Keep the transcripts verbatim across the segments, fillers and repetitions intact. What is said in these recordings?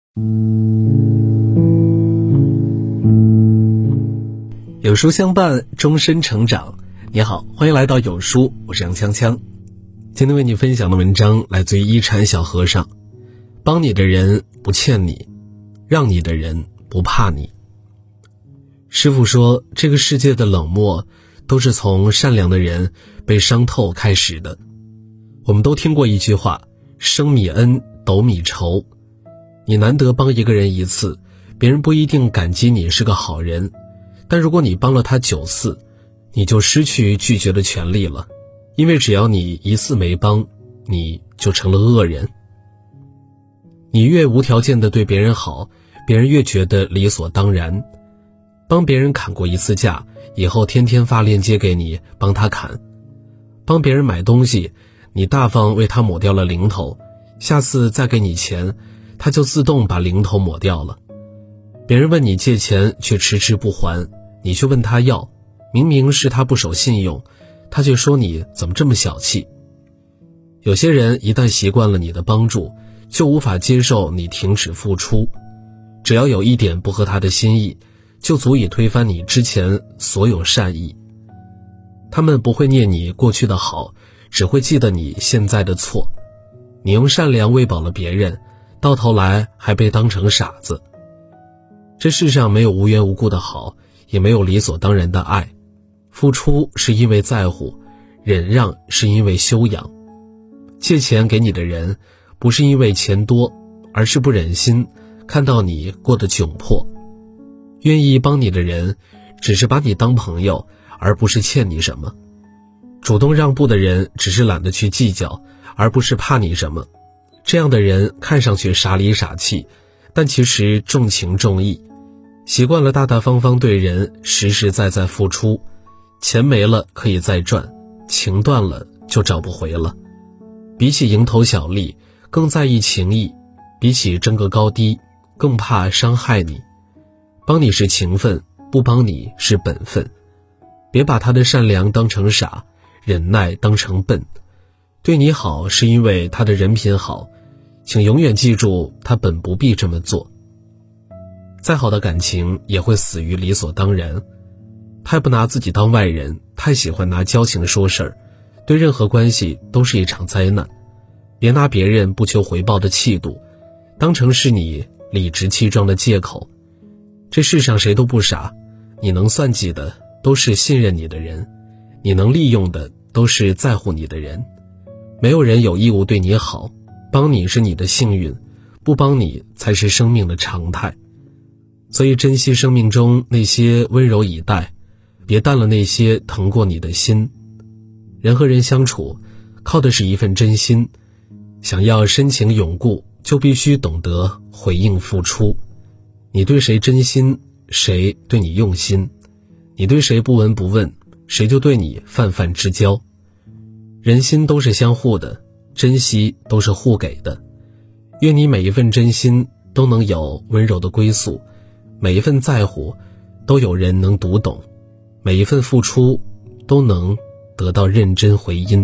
有书相伴，终身成长。你好，欢迎来到有书，我是杨锵锵。今天为你分享的文章来自于一禅小和尚。帮你的人不欠你，让你的人不怕你。师父说，这个世界的冷漠都是从善良的人被伤透开始的。我们都听过一句话，升米恩，斗米仇。你难得帮一个人一次，别人不一定感激你是个好人，但如果你帮了他九次，你就失去拒绝的权利了，因为只要你一次没帮，你就成了恶人。你越无条件的对别人好，别人越觉得理所当然。帮别人砍过一次价，以后天天发链接给你帮他砍。帮别人买东西，你大方为他抹掉了零头，下次再给你钱，他就自动把零头抹掉了。别人问你借钱却迟迟不还，你却问他要，明明是他不守信用，他却说你怎么这么小气。有些人一旦习惯了你的帮助，就无法接受你停止付出，只要有一点不合他的心意，就足以推翻你之前所有善意。他们不会念你过去的好，只会记得你现在的错。你用善良喂饱了别人，到头来还被当成傻子。这世上没有无缘无故的好，也没有理所当然的爱。付出是因为在乎，忍让是因为修养。借钱给你的人，不是因为钱多，而是不忍心看到你过得窘迫。愿意帮你的人，只是把你当朋友，而不是欠你什么。主动让步的人，只是懒得去计较，而不是怕你什么。这样的人看上去傻里傻气，但其实重情重义，习惯了大大方方对人实实在在付出。钱没了可以再赚，情断了就找不回了。比起蝇头小利，更在意情义；比起争个高低，更怕伤害你。帮你是情分，不帮你是本分。别把他的善良当成傻，忍耐当成笨。对你好是因为他的人品好，请永远记住他本不必这么做。再好的感情也会死于理所当然。太不拿自己当外人，太喜欢拿交情说事儿，对任何关系都是一场灾难。别拿别人不求回报的气度当成是你理直气壮的借口。这世上谁都不傻，你能算计的都是信任你的人，你能利用的都是在乎你的人。没有人有义务对你好，帮你是你的幸运，不帮你才是生命的常态。所以珍惜生命中那些温柔以待，别淡了那些疼过你的心。人和人相处，靠的是一份真心。想要深情永固，就必须懂得回应付出。你对谁真心，谁对你用心。你对谁不闻不问，谁就对你泛泛之交。人心都是相互的，珍惜都是互给的。愿你每一份真心都能有温柔的归宿，每一份在乎都有人能读懂，每一份付出都能得到认真回音。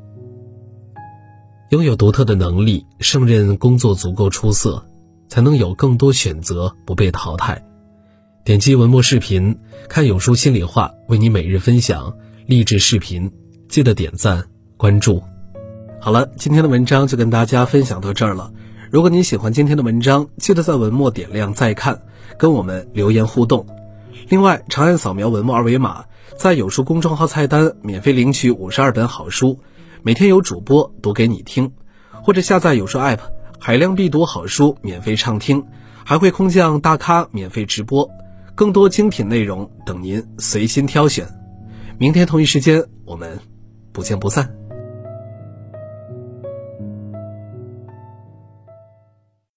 拥有独特的能力，胜任工作足够出色，才能有更多选择，不被淘汰。点击文末视频，看有书心里话，为你每日分享励志视频，记得点赞关注。好了，今天的文章就跟大家分享到这儿了。如果你喜欢今天的文章，记得在文末点亮再看，跟我们留言互动。另外，长按扫描文末二维码，在有书公众号菜单免费领取五十二本好书，每天有主播读给你听，或者下载有书 app， 海量必读好书免费畅听，还会空降大咖免费直播，更多精品内容等您随心挑选。明天同一时间，我们不见不散。